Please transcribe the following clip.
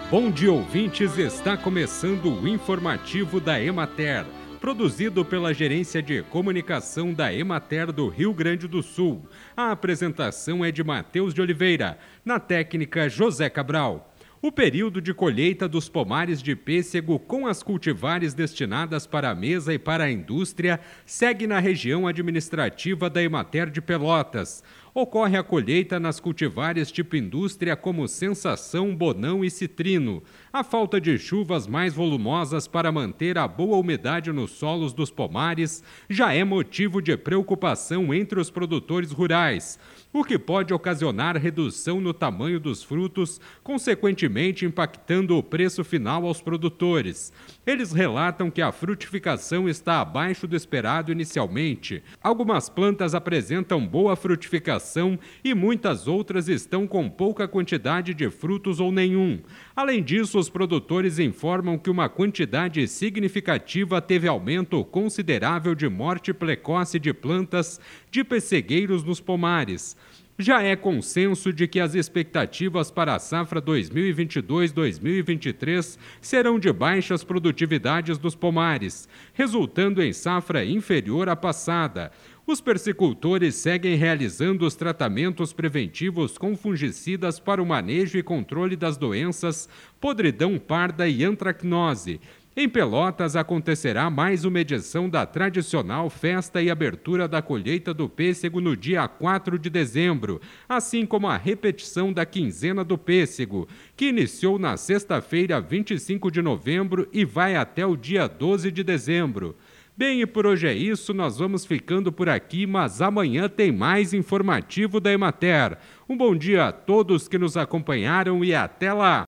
Bom dia, ouvintes! Está começando o informativo da Emater, produzido pela Gerência de Comunicação da Emater do Rio Grande do Sul. A apresentação é de Matheus de Oliveira, na técnica José Cabral. O período de colheita dos pomares de pêssego com as cultivares destinadas para a mesa e para a indústria segue na região administrativa da Emater de Pelotas. Ocorre a colheita nas cultivares tipo indústria como Sensação, Bonão e Citrino. A falta de chuvas mais volumosas para manter a boa umidade nos solos dos pomares já é motivo de preocupação entre os produtores rurais, o que pode ocasionar redução no tamanho dos frutos, consequentemente impactando o preço final aos produtores. Eles relatam que a frutificação está abaixo do esperado inicialmente. Algumas plantas apresentam boa frutificação e muitas outras estão com pouca quantidade de frutos ou nenhum. Além disso, os produtores informam que uma quantidade significativa teve aumento considerável de morte precoce de plantas de pessegueiros nos pomares. Já é consenso de que as expectativas para a safra 2022-2023 serão de baixas produtividades dos pomares, resultando em safra inferior à passada. Os persicultores seguem realizando os tratamentos preventivos com fungicidas para o manejo e controle das doenças podridão parda e antracnose. Em Pelotas acontecerá mais uma edição da tradicional festa e abertura da colheita do pêssego no dia 4 de dezembro, assim como a repetição da quinzena do pêssego, que iniciou na sexta-feira 25 de novembro e vai até o dia 12 de dezembro. Bem, e por hoje é isso, nós vamos ficando por aqui, mas amanhã tem mais informativo da Emater. Um bom dia a todos que nos acompanharam e até lá!